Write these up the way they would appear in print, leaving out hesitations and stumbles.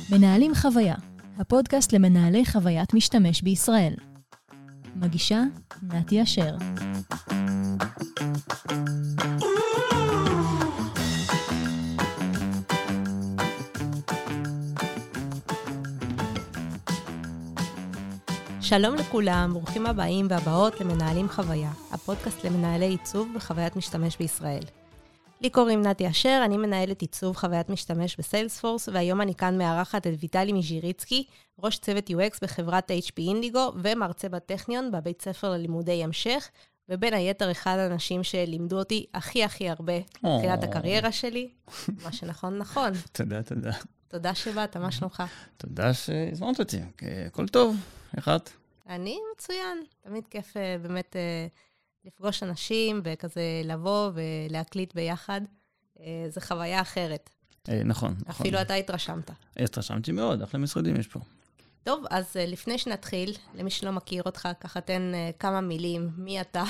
מנהלים חוויה, הפודקאסט למנהלי חוויית משתמש בישראל. מגישה נתי אשר. שלום לכולם, ברוכים הבאים והבאות למנהלים חוויה, הפודקאסט למנהלי עיצוב וחוויית משתמש בישראל. לי קוראים נתי אשר, אני מנהלת עיצוב חוויית משתמש בסיילספורס, והיום אני כאן מארחת את ויטלי מיז'יריצקי, ראש צוות UX בחברת HP אינדיגו, ומרצה בטכניון בבית ספר ללימודי המשך, ובין היתר אחד האנשים שלימדו אותי הכי הרבה בתחילת הקריירה שלי. מה שנכון, נכון. תודה. תודה שבאת, מה שלומך? תודה שהזמנת אותי, הכל טוב, איך את? אני מצוין, תמיד כיף באמת לפגוש אנשים וכזה לבוא ולהקליט ביחד. זו חוויה אחרת. נכון. אפילו אתה התרשמת. התרשמתי מאוד, אחלה משרדים יש פה. טוב, אז לפני שנתחיל, למי שלא מכיר אותך, ככה תן כמה מילים, מי אתה,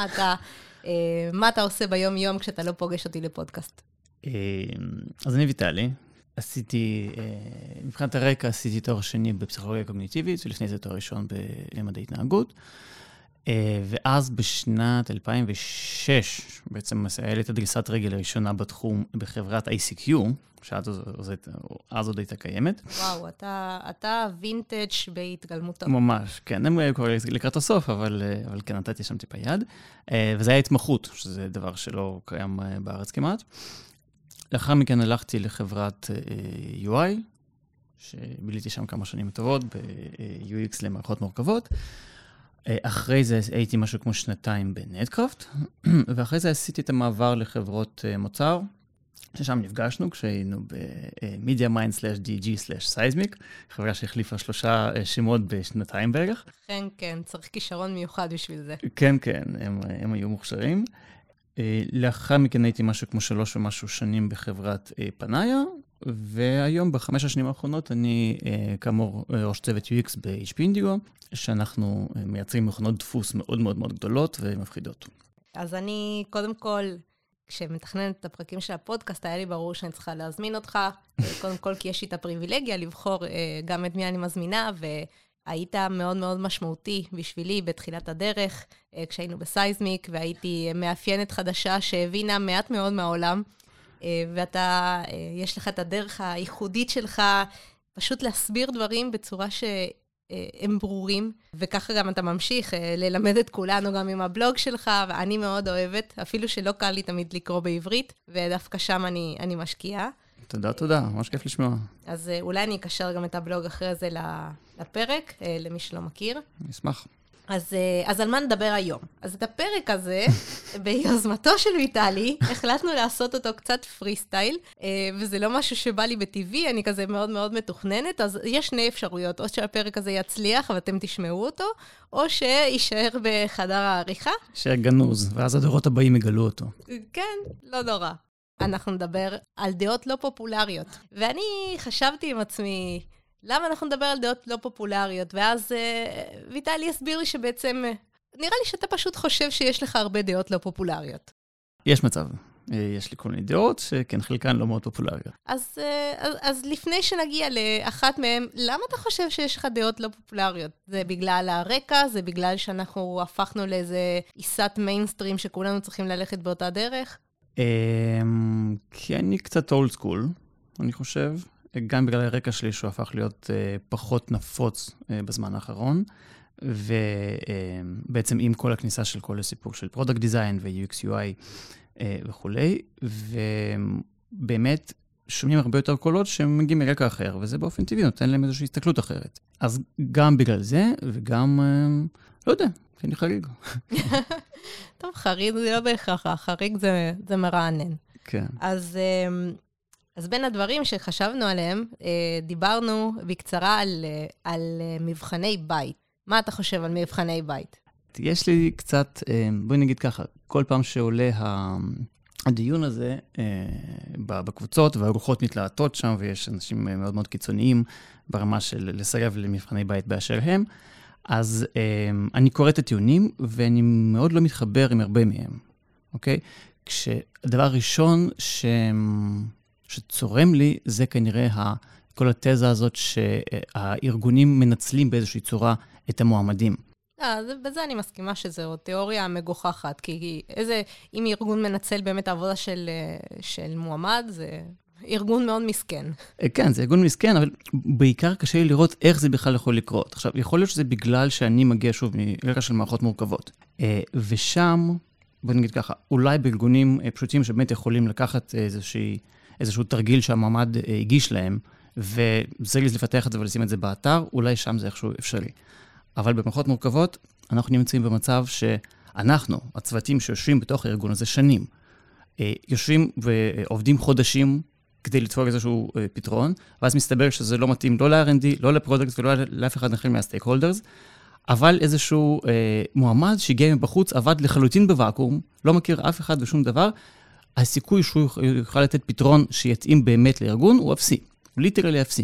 מה אתה עושה ביום יום כשאתה לא פוגש אותי לפודקאסט. אז אני ויטלי. עשיתי, מבחינת הרקע, עשיתי תואר שני בפסיכולוגיה קוגניטיבית, ולפני זה תואר ראשון במדעי התנהגות. ואז בשנת 2006, בעצם היה לי את הדריסת רגל הראשונה בתחום בחברת ICQ, שאז עוד הייתה קיימת. וואו, אתה וינטג' בהתגלמותו. ממש, כן, הם היו קוראים לקראת הסוף, אבל כן, נתתי שם טיפה יד. וזה היה התמחות, שזה דבר שלא קיים בארץ כמעט. לאחר מכן הלכתי לחברת UI, שביליתי שם כמה שנים טובות, ב-UX למערכות מורכבות. אחרי זה הייתי משהו כמו שנתיים בנטקראפט, ואחרי זה עשיתי את המעבר לחברות מוצר, ששם נפגשנו כשהיינו ב-MediaMind/DG/Seismic, חברה שהחליפה 3 שמות בשנתיים בערך. כן, צריך כישרון מיוחד בשביל זה. כן, הם היו מוכשרים. לאחר מכן הייתי משהו כמו 3 ומשהו שנים בחברת פנאיה, והיום ב5 השנים האחרונות אני כאמור ראש צוות UX ב-HP אינדיגו, שאנחנו מייצרים מכונות דפוס מאוד מאוד מאוד גדולות ומפחידות. אז אני קודם כל, כשמתכננת את הפרקים של הפודקאסט, היה לי ברור שאני צריכה להזמין אותך, קודם כל כי יש לי את הפריבילגיה לבחור גם את מי אני מזמינה, היית מאוד מאוד משמעותי בשבילי בתחילת הדרך, כשהיינו בסייזמיק, והייתי מאפיינת חדשה שהבינה מעט מאוד מהעולם, ואתה, יש לך את הדרך הייחודית שלך, פשוט להסביר דברים בצורה שהם ברורים, וככה גם אתה ממשיך ללמד את כולנו גם עם הבלוג שלך, ואני מאוד אוהבת, אפילו שלא קל לי תמיד לקרוא בעברית, ודווקא שם אני משקיעה. תודה, ממש כיף לשמוע. אז אולי אני אקשר גם את הבלוג אחרי זה לפרק, למי שלא מכיר. אני אשמח. אז על מה נדבר היום? אז את הפרק הזה, ביוזמתו של ויטלי, החלטנו לעשות אותו קצת פרי סטייל, וזה לא משהו שבא לי בטבעי, אני כזה מאוד מאוד מתוכננת, אז יש 2 אפשרויות, או שהפרק הזה יצליח ואתם תשמעו אותו, או שישאר בחדר העריכה. שגנוז, ואז הדורות הבאים יגלו אותו. כן, לא נורא. אנחנו נדבר על דעות לא פופולריות. ואני חשבתי עם עצמי, למה אנחנו נדבר על דעות לא פופולריות? ואז ויטלי הסביר לי שבעצם, נראה לי שאתה פשוט חושב שיש לך הרבה דעות לא פופולריות. יש מצב. יש לי כל מיני דעות שכן חלקן לא מאוד פופולריות. אז לפני שנגיע לאחת מהן, למה אתה חושב שיש לך דעות לא פופולריות? זה בגלל הרקע? זה בגלל שאנחנו הפכנו לאיזה עיסת מיינסטרים שכולנו צריכים ללכת באותה דרך? כי אני קצת אולד סקול, אני חושב. גם בגלל הרקע שלי שהוא הפך להיות פחות נפוץ בזמן האחרון, ובעצם עם כל הכניסה של כל הסיפור של פרודקט דיזיין ו-UX UI וכולי, ובאמת שומעים הרבה יותר קולות שמגיעים מרקע אחר, וזה באופן טבעי נותן להם איזושהי הסתכלות אחרת. אז גם בגלל זה, וגם, לא יודע, כי אני חריג. טוב, חריג זה לא בהכרח, חריג זה מרענן. כן. אז בין הדברים שחשבנו עליהם, דיברנו בקצרה על מבחני בית. מה אתה חושב על מבחני בית? יש לי קצת, בואי נגיד ככה, כל פעם שעולה הדיון הזה בקבוצות, והרוחות מתלהטות שם, ויש אנשים מאוד מאוד קיצוניים ברמה של לסרב למבחני בית באשר הם, אז אני קורא את הטיעונים, ואני מאוד לא מתחבר עם הרבה מהם, אוקיי? כשהדבר הראשון שצורם לי, זה כנראה כל התזה הזאת שהארגונים מנצלים באיזושהי צורה את המועמדים. בזה אני מסכימה שזו תיאוריה מגוחכת, כי אם ארגון מנצל באמת העבודה של מועמד, זה ארגון מאוד מסכן. כן, זה ארגון מסכן, אבל בעיקר קשה לי לראות איך זה בכלל יכול לקרות. עכשיו, יכול להיות שזה בגלל שאני מגיע שוב מרקע של מערכות מורכבות. ושם, בוא נגיד ככה, אולי בארגונים פשוטים שבאמת יכולים לקחת איזשהו תרגיל שהמועמד הגיש להם, וזה לפתח את זה ולשים את זה באתר, אולי שם זה איכשהו אפשרי. אבל במערכות מורכבות, אנחנו נמצאים במצב שאנחנו, הצוותים שיושבים בתוך הארגון הזה שנים, יושבים ועובדים חודשים כדי לתפור איזשהו פתרון, ואז מסתבר שזה לא מתאים לא ל-R&D, לא לפרודקט ולא לאף אחד אחר מהסטייק הולדרס, אבל איזשהו מועמד שהגיע מבחוץ, עבד לחלוטין בוואקום, לא מכיר אף אחד ושום דבר, הסיכוי שהוא יוכל לתת פתרון שיתאים באמת לארגון הוא אפסי, הוא ליטרלי אפסי.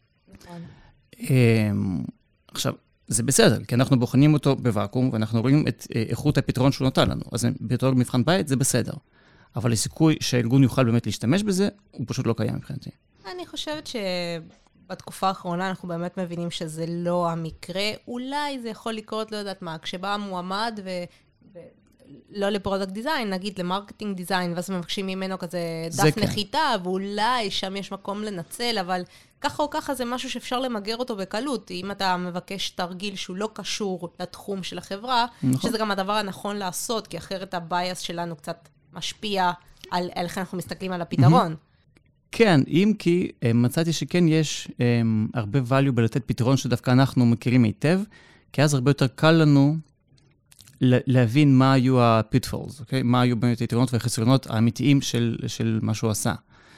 עכשיו, זה בסדר, כי אנחנו בוחנים אותו בוואקום, ואנחנו רואים את איכות הפתרון שהוא נותן לנו. אז בתור מבחן בית זה בסדר. אבל הסיכוי שהארגון יוכל באמת להשתמש בזה, הוא פשוט לא קיים מבחינתי. אני חושבת שבתקופה האחרונה אנחנו באמת מבינים שזה לא המקרה. אולי זה יכול לקרות, לא יודעת מה, כשבא מועמד לא לפרודקט דיזיין, נגיד למרקטינג דיזיין, ואז מבקשים ממנו כזה דף נחיתה, ואולי שם יש מקום לנצל, אבל ככה או ככה זה משהו שאפשר למגר אותו בקלות. אם אתה מבקש תרגיל שהוא לא קשור לתחום של החברה, שזה גם הדבר הנכון לעשות, כי אחרת הבייס שלנו קצת משפיע על איך אנחנו מסתכלים על הפתרון. כן, אם כי מצאתי שכן יש הרבה value בלתת פתרון שדווקא אנחנו מכירים היטב, כי אז הרבה יותר קל לנו להבין מה היו ה-pitfalls, אוקיי? מה היו באמת היתרונות והחסרונות האמיתיים של מה שהוא עשה.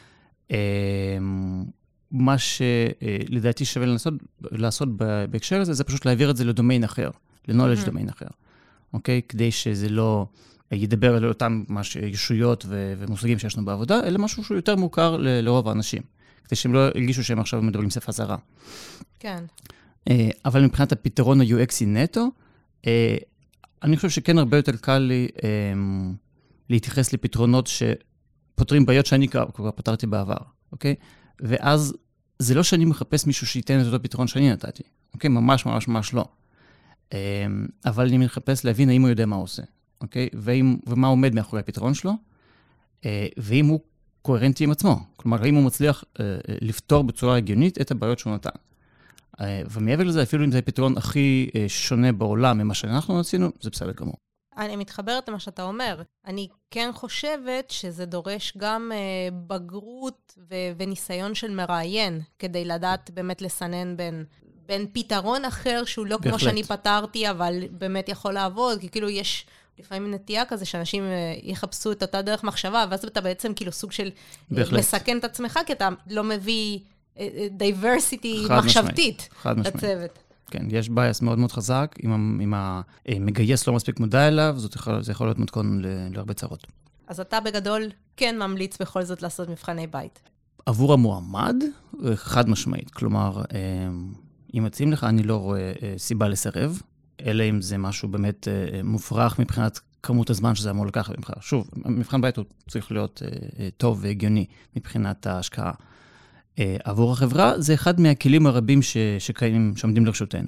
מה שלדעתי שווה לעשות בהקשר הזה, זה פשוט להעביר את זה לדומיין אחר, לנולדג' דומיין אחר, אוקיי? כדי שזה לא ידבר על אותם ישויות ומושגים שיש לנו בעבודה, אלא משהו שהוא יותר מוכר לרוב האנשים, כדי שהם לא הרגישו שהם עכשיו מדברים שפה זרה. כן. אבל מבחינת הפתרון ה-UXי נטו, אני חושב שכן הרבה יותר קל לי להתייחס לפתרונות שפותרים בעיות שאני כבר פתרתי בעבר, אוקיי? ואז זה לא שאני מחפש מישהו שייתן את אותו פתרון שאני נתתי, אוקיי? ממש ממש ממש לא. אבל אני מחפש להבין האם הוא יודע מה הוא עושה, אוקיי? ומה עומד מאחורי הפתרון שלו, ואם הוא קוהרנטי עם עצמו. כלומר, האם הוא מצליח לפתור בצורה הגיונית את הבעיות שהוא נתן. ומעבר לזה, אפילו אם זה הפתרון הכי שונה בעולם ממה שאנחנו עשינו, זה בסדר גמור. אני מתחברת למה שאתה אומר. אני כן חושבת שזה דורש גם בגרות וניסיון של מראיין, כדי לדעת באמת לסנן בין פתרון אחר, שהוא לא כמו שאני פתרתי, אבל באמת יכול לעבוד, כי כאילו יש לפעמים נטייה כזה, שאנשים יחפשו את אותה דרך מחשבה, ואז אתה בעצם כאילו סוג של מסכן את עצמך, כי אתה לא מביא דייברסיטי מחשבתית לצוות. כן, יש בייס מאוד מאוד חזק, אם המגייס לא מספיק מודע אליו, זה יכול להיות מתכון להרבה צרות. אז אתה בגדול כן ממליץ בכל זאת לעשות מבחני בית. עבור המועמד, חד משמעית. כלומר, אם מציעים לך, אני לא רואה סיבה לסרב, אלא אם זה משהו באמת מופרך מבחינת כמות הזמן שזה אמור לקחת ממך. שוב, מבחן בית הוא צריך להיות טוב והגיוני מבחינת ההשקעה. עבור החברה, זה אחד מהכלים הרבים שקיימים, שעומדים לרשותנו.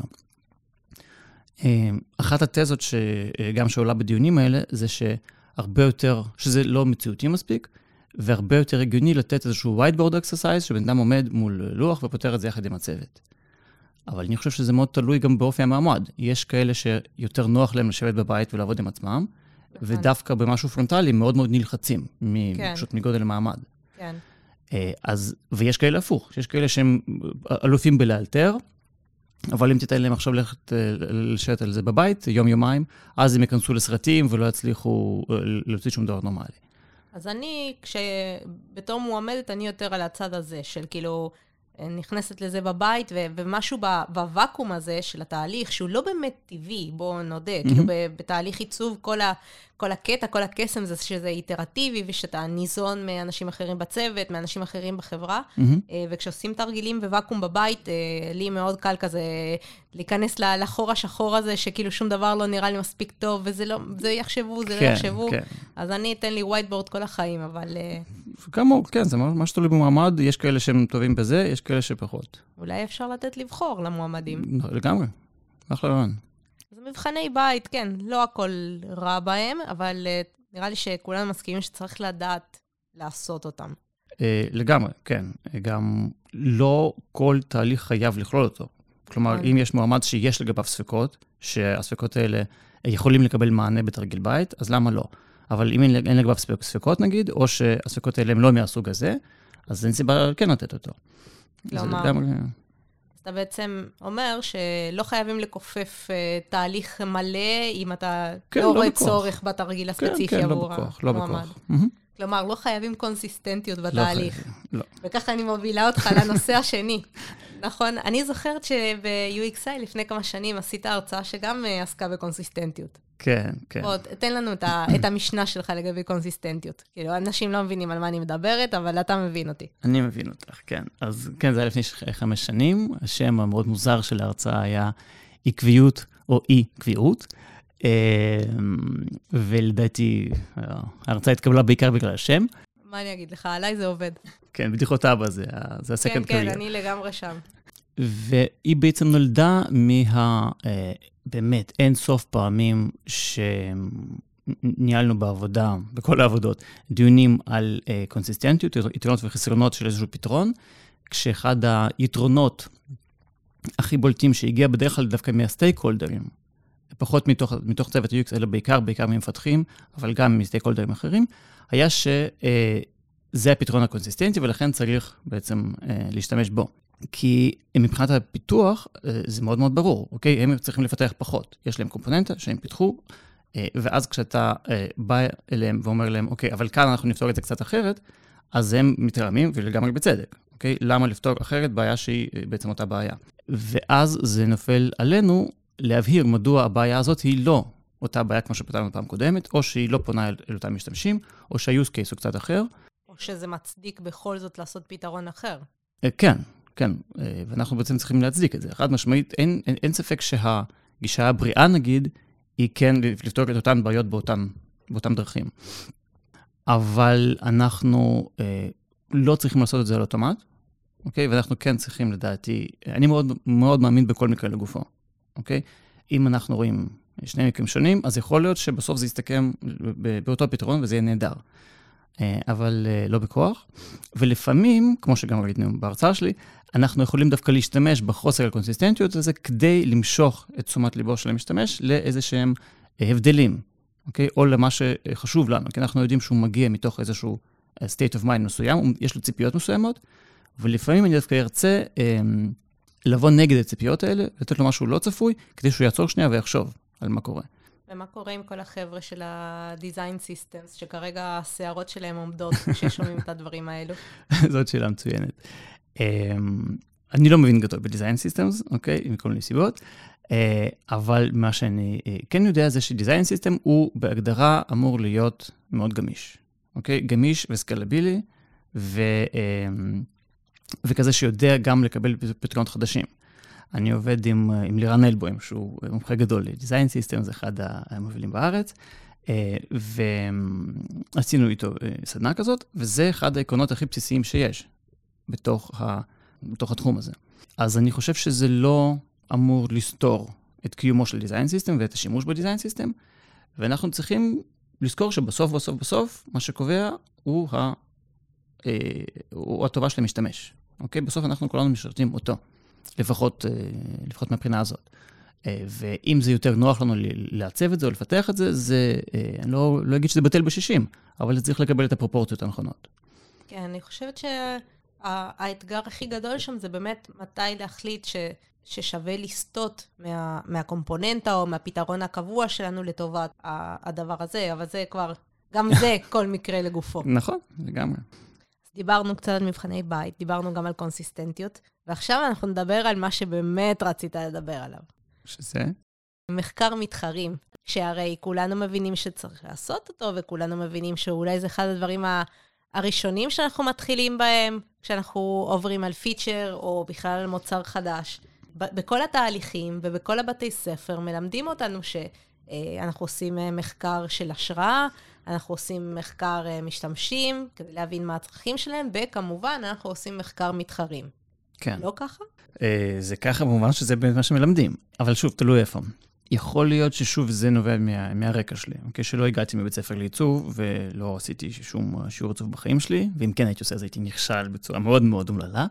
אחת התזות שגם שעולה בדיונים האלה, זה שהרבה יותר, שזה לא מציאותי מספיק, והרבה יותר הגיוני לתת איזשהו whiteboard exercise, שבן אדם עומד מול לוח ופותר את זה יחד עם הצוות. אבל אני חושב שזה מאוד תלוי גם באופי המעמד. יש כאלה שיותר נוח להם לשבת בבית ולעבוד עם עצמם, ודווקא במשהו פרונטלי מאוד מאוד נלחצים, פשוט מגודל המעמד. כן. ויש כאלה הפוך, יש כאלה שהם אלופים בלאלתר, אבל אם תתן להם עכשיו ללכת לשבת על זה בבית, יום-יומיים, אז הם יכנסו לסרטים ולא יצליחו להוציא שום דבר נורמלי. אז אני, בתור מועמדת, אני יותר על הצד הזה, של כאילו, נכנסת לזה בבית, ומשהו בוואקום הזה של התהליך, שהוא לא באמת טבעי, בואו נודה, כאילו בתהליך עיצוב, כל הקטע, כל הקסם זה שזה איטרטיבי, ושאתה ניזון מאנשים אחרים בצוות, מאנשים אחרים בחברה, וכשעושים תרגילים בוואקום בבית, לי מאוד קל כזה להיכנס לחור השחור הזה, שכאילו שום דבר לא נראה לי מספיק טוב, וזה לא, זה יחשבו, זה לא יחשבו. אז אני אתן לי ווייטבורד כל החיים, אבל... כאמור, כן, זה ממש תלוי במועמד, יש כאלה שהם טובים בזה, יש כאלה שפחות. אולי אפשר לתת לבחור למועמדים. לגמרי, אחלה רעיון. אז מבחני בית, כן, לא הכל רע בהם, אבל נראה לי שכולנו מסכימים שצריך לדעת לעשות אותם. לגמרי, כן. גם לא כל תהליך חייב לכלול אותו. כלומר, אם יש מועמד שיש לגביו ספקות, שהספקות האלה יכולים לקבל מענה בתרגיל בית, אז למה לא? אבל אם אין לגביו ספקות נגיד, או שהספקות האלה הם לא מהסוג הזה, אז אין סיבה כן לתת אותו. כלומר, אתה בעצם אומר שלא חייבים לקופף תהליך מלא, אם אתה לא רואה צורך בתרגיל הספציפי עבור המועמד. כלומר, לא חייבים קונסיסטנטיות בתהליך. וככה אני מובילה אותך לנושא השני. נכון? אני זוכרת שב-UXI לפני כמה שנים עשית הרצאה שגם עסקה בקונסיסטנטיות. כן, כן. בוא, תן לנו את המשנה שלך לגבי קונסיסטנטיות. כאילו, אנשים לא מבינים על מה אני מדברת, אבל אתה מבין אותי. אני מבין אותך, כן. אז כן, זה היה לפני 5 שנים. השם המאוד מוזר של ההרצאה היה עקביות או אי-קביעות. ולדעתי, ההרצאה התקבלה בעיקר בגלל השם. מה אני אגיד לך? עליי זה עובד. כן, בדיחות אבא זה הסקנד קרייר. כן, כן, אני לגמרי שם. והיא בעצם נולדה באמת אין סוף פעמים שניהלנו בעבודה, בכל העבודות, דיונים על קונסיסטנטיות, יתרונות וחסרונות של איזשהו פתרון, כשאחד היתרונות הכי בולטים שהגיע בדרך כלל דווקא מהסטייק הולדרים, פחות מתוך צוות UX, אלא בעיקר ממפתחים, אבל גם מסטייק הולדרים אחרים, היה שזה הפתרון הקונסיסטנטי, ולכן צריך בעצם להשתמש בו. כי מבחינת הפיתוח, זה מאוד מאוד ברור, אוקיי? הם צריכים לפתח פחות. יש להם קומפוננטה שהם פיתחו, ואז כשאתה בא אליהם ואומר להם, אוקיי, אבל כאן אנחנו נפתור את זה קצת אחרת, אז הם מתרעמים ולגמרי בצדק, אוקיי? למה לפתור אחרת בעיה שהיא בעצם אותה בעיה? ואז זה נופל עלינו להבהיר מדוע הבעיה הזאת היא לא אותה בעיה כמו שפתרנו פעם קודמת, או שהיא לא פונה אל אותם משתמשים, או שה-use case הוא קצת אחר. או שזה מצדיק בכל זאת לעשות פתרון אחר. כן, כן, ואנחנו בעצם צריכים להצדיק את זה. חד משמעית, אין ספק שהגישה הבריאה, נגיד, היא כן לפתור את אותן בעיות באותן דרכים. אבל אנחנו לא צריכים לעשות את זה על אוטומט, אוקיי? ואנחנו כן צריכים, לדעתי, אני מאוד מאוד מאמין בכל מקרה לגופו, אוקיי? אם אנחנו רואים שני מקרים שונים, אז יכול להיות שבסוף זה יסתכם באותו פתרון וזה יהיה נהדר. אבל לא בכוח. ולפעמים, כמו שגם ראינו בהרצאה שלי, אנחנו יכולים דווקא להשתמש בחוסר הקונסיסטנטיות הזה כדי למשוך את תשומת ליבו של המשתמש לאיזה שהם הבדלים, אוקיי? או למה שחשוב לנו, כי אנחנו יודעים שהוא מגיע מתוך איזשהו state of mind מסוים, יש לו ציפיות מסוימות, ולפעמים אני דווקא ארצה לבוא נגד הציפיות האלה, לתת לו משהו לא צפוי, כדי שהוא יעצור שנייה ויחשוב על מה קורה. ומה קורה עם כל החבר'ה של ה-Design Systems, שכרגע השערות שלהם עומדות כששומעים את הדברים האלו? זאת שאלה מצוינת. אני לא מבין גדול ב-Design Systems, אוקיי? מכל מיני סיבות, אבל מה שאני כן יודע זה ש-Design System הוא בהגדרה אמור להיות מאוד גמיש, אוקיי? גמיש וסקלבילי, וכזה שיודע גם לקבל פתרונות חדשים. אני עובד עם לירן אלבוים, שהוא מומחה גדול ל-Design System, זה אחד המובילים בארץ, ועשינו איתו סדנה כזאת, וזה אחד העקרונות הכי בסיסיים שיש בתוך התחום הזה. אז אני חושב שזה לא אמור לסתור את קיומו של Design System ואת השימוש ב-Design System, ואנחנו צריכים לזכור שבסוף, מה שקובע הוא הטובה של המשתמש. אוקיי? בסוף אנחנו כולנו משרתים אותו. לפחות מהבחינה הזאת. ואם זה יותר נוח לנו לעצב את זה או לפתח את זה, אני לא אגיד שזה בטל ב-60, אבל זה צריך לקבל את הפרופורציות הנכונות. כן, אני חושבת שהאתגר הכי גדול שם זה באמת מתי להחליט ששווה לסטות מהקומפוננטה או מהפתרון הקבוע שלנו לטובת הדבר הזה, אבל זה כבר, גם זה כל מקרה לגופו. נכון, לגמרי. דיברנו קצת על מבחני בית, דיברנו גם על קונסיסטנטיות, ועכשיו אנחנו נדבר על מה שבאמת רצית לדבר עליו. שזה? מחקר מתחרים, שהרי כולנו מבינים שצריך לעשות אותו, וכולנו מבינים שאולי זה אחד הדברים הראשונים שאנחנו מתחילים בהם, כשאנחנו עוברים על פיצ'ר או בכלל על מוצר חדש. בכל התהליכים ובכל הבתי ספר מלמדים אותנו שאנחנו עושים מחקר של השראה, אנחנו עושים מחקר משתמשים כדי להבין מה הצרכים שלהם, וכמובן אנחנו עושים מחקר מתחרים. כן. לא ככה? זה ככה במובן שזה באמת מה שמלמדים, אבל שוב, תלוי איפה. יכול להיות ששוב זה נובע מהרקע שלי, אוקיי? שלא הגעתי מבית ספר לעיצוב, ולא עשיתי שום שיעור עיצוב בחיים שלי, ואם כן הייתי עושה, אז הייתי נכשל בצורה מאוד מאוד אומללה.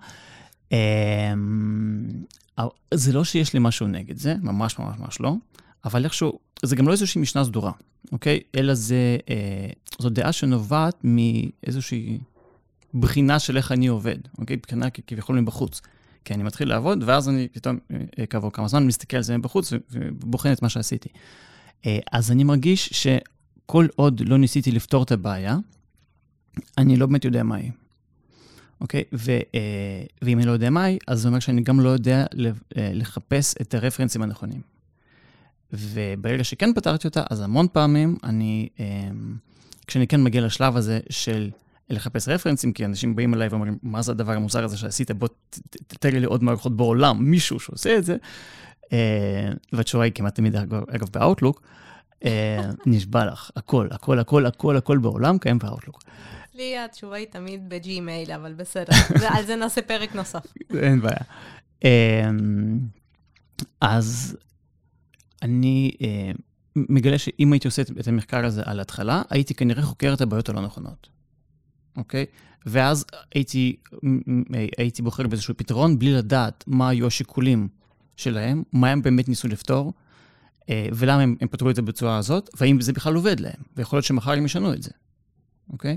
זה לא שיש לי משהו נגד זה, ממש ממש ממש לא, אבל איכשהו, זה גם לא איזושהי משנה סדורה, אוקיי? אלא זו דעה שנובעת מאיזושהי בחינה של איך אני עובד, אוקיי? בחינה כביכול מבחוץ. כי אני מתחיל לעבוד, ואז אני פתאום כעבור כמה זמן מסתכל על זה מבחוץ, ובוחן את מה שעשיתי. אז אני מרגיש שכל עוד לא ניסיתי לפתור את הבעיה, אני לא באמת יודע מה היא. אוקיי? ואם אני לא יודע מה היא, אז זה אומר שאני גם לא יודע לחפש את הרפרנסים הנכונים. וברגע שכן פתרתי אותה, אז המון פעמים כשאני כן מגיע לשלב הזה של לחפש רפרנסים, כי אנשים באים אליי ואומרים, מה זה הדבר המוזר הזה שעשית? בוא תתאר לי עוד מערכות בעולם, מישהו שעושה את זה. והתשובה היא כמעט תמיד, אגב, באוטלוק, נשבע לך, הכל בעולם קיים באוטלוק. לי התשובה היא תמיד בג'ימייל, אבל בסדר. על זה נעשה פרק נוסף. אין בעיה. אז אני מגלה שאם הייתי עושה את המחקר הזה על ההתחלה, הייתי כנראה חוקר את הבעיות הלא נכונות. אוקיי? ואז הייתי בוחר באיזשהו פתרון, בלי לדעת מה היו השיקולים שלהם, מה הם באמת ניסו לפתור, ולמה הם פתרו את זה בצורה הזאת, והאם זה בכלל עובד להם, ויכול להיות שמחר הם ישנו את זה. אוקיי?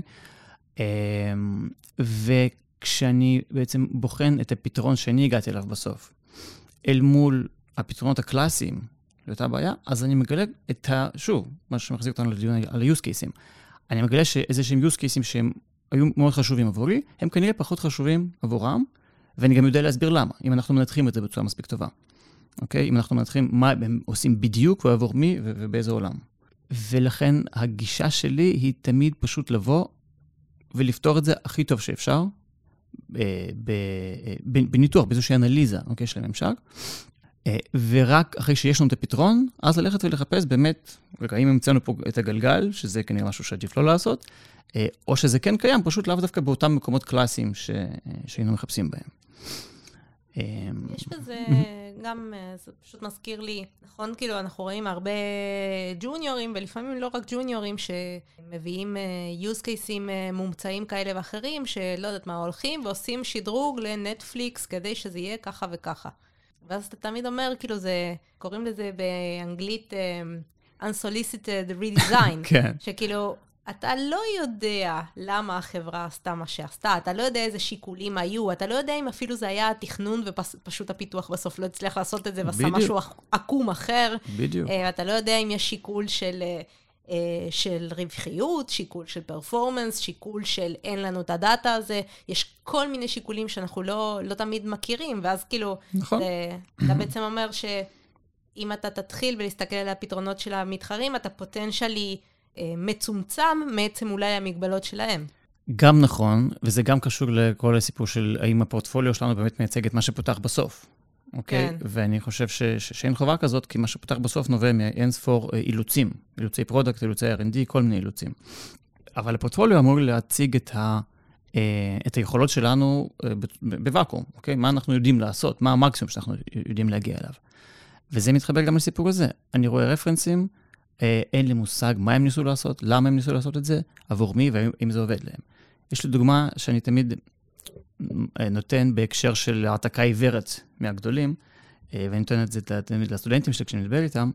וכשאני בעצם בוחן את הפתרון שאני הגעתי אליו בסוף, אל מול הפתרונות הקלאסיים לאותה בעיה, אז אני מגלה שוב, מה שמחזיק אותנו לדיון על ה-use cases. אני מגלה שאיזה שהם use cases שהם היו מאוד חשובים עבורי, הם כנראה פחות חשובים עבורם, ואני גם יודע להסביר למה, אם אנחנו מנתחים את זה בצורה מספיק טובה. אוקיי? אם אנחנו מנתחים מה הם עושים בדיוק ועבור מי ובאיזה עולם. ולכן הגישה שלי היא תמיד פשוט לבוא ולפתור את זה הכי טוב שאפשר, בניתוח, באיזושהי אנליזה, אוקיי, של הממשק, ורק אחרי שיש לנו את הפתרון, אז ללכת ולחפש באמת, רגע, אם המצאנו פה את הגלגל, שזה כנראה משהו שעדיף לא לעשות, או שזה כן קיים, פשוט לאו דווקא באותם מקומות קלאסיים שהיינו מחפשים בהם. יש בזה גם, זה פשוט מזכיר לי, נכון? כאילו אנחנו רואים הרבה ג'וניורים, ולפעמים לא רק ג'וניורים, שמביאים use cases מומצאים כאלה ואחרים, שלא יודעת מה, הולכים ועושים שדרוג לנטפליקס, כדי שזה יהיה ככה וככה. ואז אתה תמיד אומר, כאילו זה, קוראים לזה באנגלית unsolicited redesign, כן. שכאילו, אתה לא יודע למה החברה עשתה מה שעשתה, אתה לא יודע איזה שיקולים היו, אתה לא יודע אם אפילו זה היה התכנון ופשוט הפיתוח בסוף לא הצליח לעשות את זה, ועשה משהו עקום אחר. בדיוק. אתה לא יודע אם יש שיקול של רווחיות, שיקול של פרפורמנס, שיקול של אין לנו את הדאטה הזה, יש כל מיני שיקולים שאנחנו לא תמיד מכירים, ואז כאילו, נכון. אתה בעצם אומר שאם אתה תתחיל ולהסתכל על הפתרונות של המתחרים, אתה פוטנציאלי מצומצם מעצם אולי המגבלות שלהם. גם נכון, וזה גם קשור לכל הסיפור של האם הפורטפוליו שלנו באמת מייצג את מה שפותח בסוף. אוקיי? כן. ואני חושב שאין חובה כזאת, כי מה שפותח בסוף נובע מאינספור אילוצים, אילוצי פרודקט, אילוצי R&D, כל מיני אילוצים. אבל הפורטפוליו אמור להציג את היכולות שלנו בוואקום, אוקיי? מה אנחנו יודעים לעשות, מה המקסימום שאנחנו יודעים להגיע אליו. וזה מתחבר גם לסיפור הזה. אני רואה רפרנסים, אין לי מושג מה הם ניסו לעשות, למה הם ניסו לעשות את זה, עבור מי ואם זה עובד להם. יש לי דוגמה שאני תמיד נותן בהקשר של העתקה עיוורת מהגדולים, ואני נותן את זה תמיד לסטודנטים שלי כשאני מדבר איתם,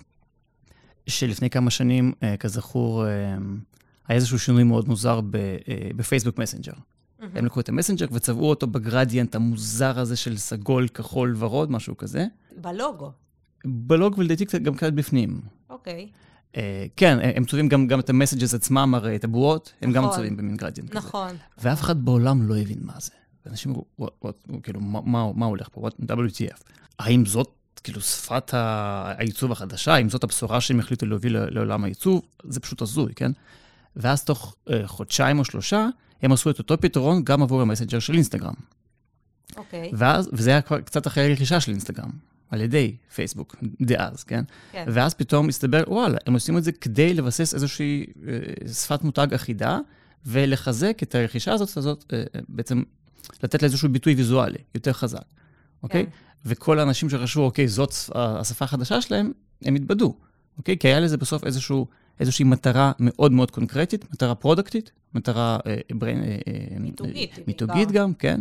שלפני כמה שנים, כזכור, היה איזשהו שינוי מאוד מוזר בפייסבוק מסנג'ר. הם לקחו את המסנג'ר וצבעו אותו בגרדיאנט המוזר הזה של סגול, כחול ורוד, משהו כזה. בלוגו. בלוג ולדעתי גם קצת בפנים. אוקיי. כן, הם צובעים גם את המסג'ס עצמם, הרי את הבועות, הם גם צובעים במין גרדיאנט כזה. נכון. ואף אחד בעולם לא הבין מה זה. ואנשים אמרו, כאילו, מה הולך פה? WTF? האם זאת כאילו שפת העיצוב החדשה, אם זאת הבשורה שהם החליטו להוביל לעולם העיצוב, זה פשוט הזוי, כן? ואז תוך חודשיים או 3, הם עשו את אותו פתרון גם עבור המסנג'ר של אינסטגרם. אוקיי. וזה היה כבר קצת אחרי הרכישה של אינסטגרם, על ידי פייסבוק, דאז, כן? כן. ואז פתאום הסתבר, וואלה, הם עושים את זה כדי לבסס איזושהי שפת מותג אחידה, ולחזק את הרכישה הזאת, בעצם לתת לה איזשהו ביטוי ויזואלי, יותר חזק, אוקיי? וכל האנשים שחשבו, אוקיי, זאת השפה החדשה שלהם, הם התבדו, אוקיי? כי היה לזה בסוף איזושהי מטרה מאוד מאוד קונקרטית, מטרה פרודקטית, מטרה מיתוגית גם, כן?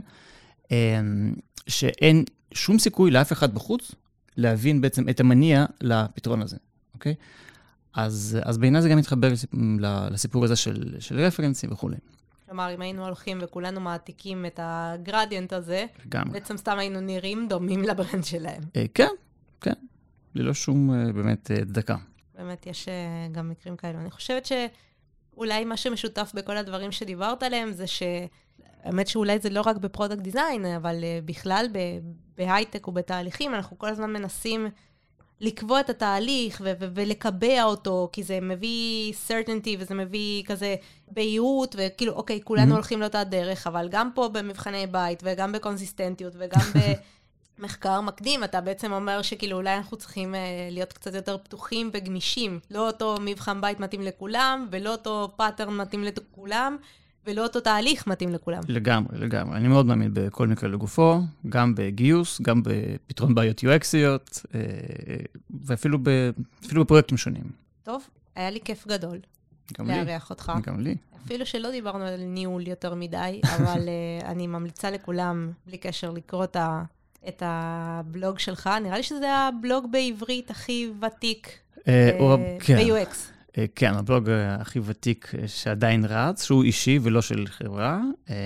שאין שום סיכוי לאף אחד בחוץ להבין בעצם את המניע לפתרון הזה, אוקיי? אז בעיניי זה גם מתחבר לסיפור הזה של רפרנסים וכו'. כלומר, אם היינו הולכים וכולנו מעתיקים את הגרדיאנט הזה, בעצם סתם היינו נראים דומים לברנד שלהם. כן, כן. ללא שום באמת דקה. באמת יש גם מקרים כאלו. אני חושבת שאולי מה שמשותף בכל הדברים שדיברת עליהם, זה האמת שאולי זה לא רק בפרודקט דיזיין, אבל בכלל בהייטק ובתהליכים, אנחנו כל הזמן מנסים לקבוע את התהליך ולקבע אותו, כי זה מביא certainty וזה מביא כזה בהירות, וכאילו, אוקיי, כולנו הולכים לאותה דרך, אבל גם פה במבחני בית וגם בקונסיסטנטיות וגם במחקר מקדים, אתה בעצם אומר שכאילו אולי אנחנו צריכים להיות קצת יותר פתוחים וגמישים. לא אותו מבחן בית מתאים לכולם, ולא אותו פאטרן מתאים לכולם, ולא אותו תהליך מתאים לכולם. לגמרי, לגמרי. אני מאוד מאמין בכל מקרה לגופו, גם בגיוס, גם בפתרון בעיות UXיות, ואפילו בפרויקטים שונים. טוב, היה לי כיף גדול. גם לי. לארח אותך. גם לי. אפילו שלא דיברנו על ניהול יותר מדי, אבל אני ממליצה לכולם, בלי קשר, לקרוא את הבלוג שלך. נראה לי שזה הבלוג בעברית הכי ותיק ב-UX. כן, הבלוג הכי ותיק שעדיין רץ, שהוא אישי ולא של חברה.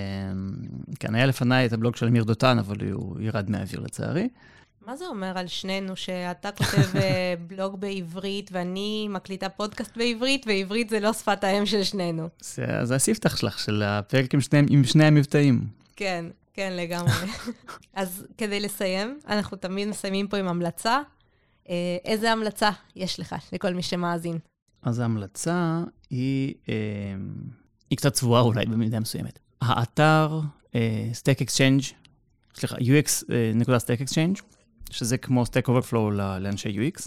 כן, היה לפניי את הבלוג של אמיר דותן, אבל הוא ירד מהאוויר לצערי. מה זה אומר על שנינו, שאתה כותב בלוג בעברית, ואני מקליטה פודקאסט בעברית, ועברית זה לא שפת האם של שנינו? זה הספתח שלך, של הפרק עם שני המבטאים. כן, כן, לגמרי. אז כדי לסיים, אנחנו תמיד מסיימים פה עם המלצה. איזה המלצה יש לך לכל מי שמאזין? אז ההמלצה היא קצת צבועה אולי במידה מסוימת. האתר Stack Exchange, סליחה, UX.Stack Exchange, שזה כמו Stack Overflow לאנשי UX,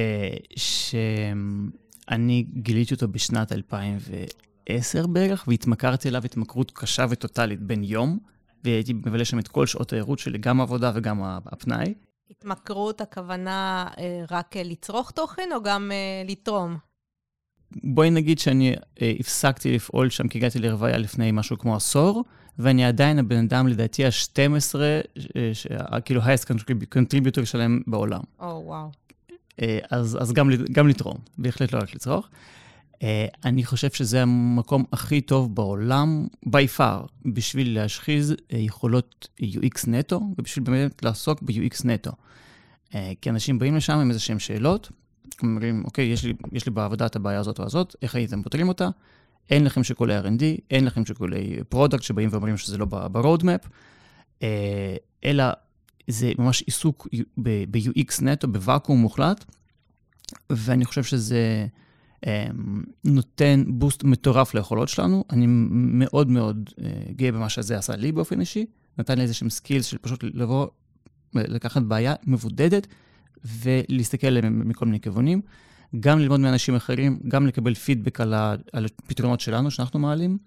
שאני גיליתי אותו בשנת 2010 בערך, והתמכרתי אליו התמכרות קשה וטוטלית בין יום, והייתי מבלה שם את כל שעות העירות שלי, גם העבודה וגם הפנאי. התמכרות הכוונה רק לצרוך תוכן או גם לתרום? בואי נגיד שאני הפסקתי לפעול שם, כי הגעתי לרוויה לפני משהו כמו עשור, ואני עדיין הבן אדם, לדעתי, ה-12, כאילו, highest contributor שלהם בעולם. וואו. אז גם לתרום, בהחלט לא רק לצרוך. אני חושב שזה המקום הכי טוב בעולם, by far, בשביל להשחיז יכולות UX נטו, ובשביל באמת לעסוק ב-UX נטו. כי אנשים באים לשם עם איזשהם שאלות, אומרים, אוקיי, יש לי בעבודה את הבעיה הזאת או הזאת, איך הייתם פותרים אותה? אין לכם שיקולי R&D, אין לכם שיקולי פרודקט שבאים ואומרים שזה לא ברודמפ, אלא זה ממש עיסוק ב-UX נטו, בוואקום מוחלט, ואני חושב שזה נותן בוסט מטורף ליכולות שלנו. אני מאוד מאוד גאה במה שזה עשה לי באופן אישי, נתן לי איזשהם סקילס של פשוט לבוא, לקחת בעיה מבודדת, ולהסתכל עליהם מכל מיני כיוונים, גם ללמוד מאנשים אחרים, גם לקבל פידבק על הפתרונות שלנו שאנחנו מעלים.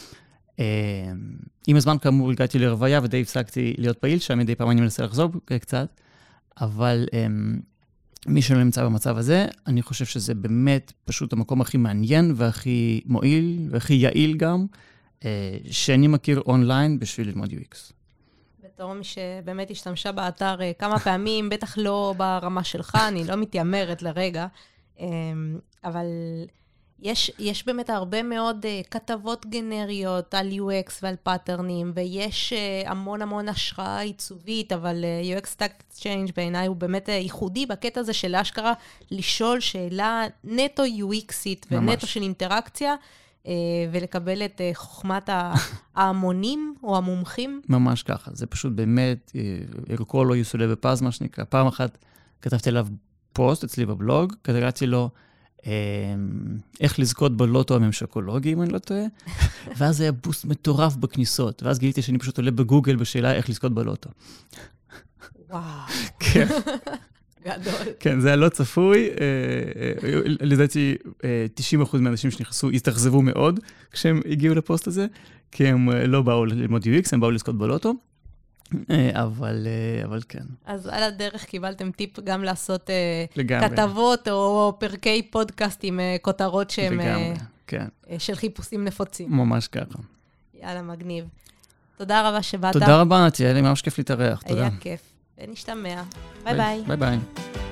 עם הזמן כאמור הגעתי לרוויה ודי הפסקתי להיות פעיל שם, מדי פעם אני מנסה לחזור קצת, אבל מי שלא נמצא במצב הזה, אני חושב שזה באמת פשוט המקום הכי מעניין והכי מועיל והכי יעיל גם, שאני מכיר אונליין בשביל ללמוד UX. בתור מי שבאמת השתמשה באתר כמה פעמים, בטח לא ברמה שלך, אני לא מתיימרת לרגע, אבל יש באמת הרבה מאוד כתבות גנריות על UX ועל פאטרנים, ויש המון השראה עיצובית, אבל UX Stack Exchange בעיניי הוא באמת ייחודי בקטע הזה של אשכרה לשאול שאלה נטו UXית ונטו של אינטראקציה, ולקבל את חוכמת ההמונים או המומחים. ממש ככה, זה פשוט באמת, ערכו לא יסולה בפז, מה שנקרא. פעם אחת כתבתי עליו פוסט אצלי בבלוג, קראתי לו, איך לזכות בלוטו הממשקולוגי, אם אני לא טועה, ואז היה בוסט מטורף בכניסות, ואז גיליתי שאני פשוט עולה בגוגל בשאלה איך לזכות בלוטו. וואו. כן. גדול. כן, זה היה לא צפוי. לדעתי, 90% מהאנשים שנכנסו הסתאכזבו מאוד כשהם הגיעו לפוסט הזה, כי הם לא באו ללמוד UX, הם באו לזכות בלוטו. אבל כן. אז על הדרך קיבלתם טיפ גם לעשות לגמרי. כתבות או פרקי פודקאסט עם כותרות שהם כן. של חיפושים נפוצים. ממש ככה. יאללה, מגניב. תודה רבה שבאת. תודה רבה, נתי, היה לי ממש כיף להתארח. תודה. היה כיף. ונשתמע. ביי ביי. ביי ביי.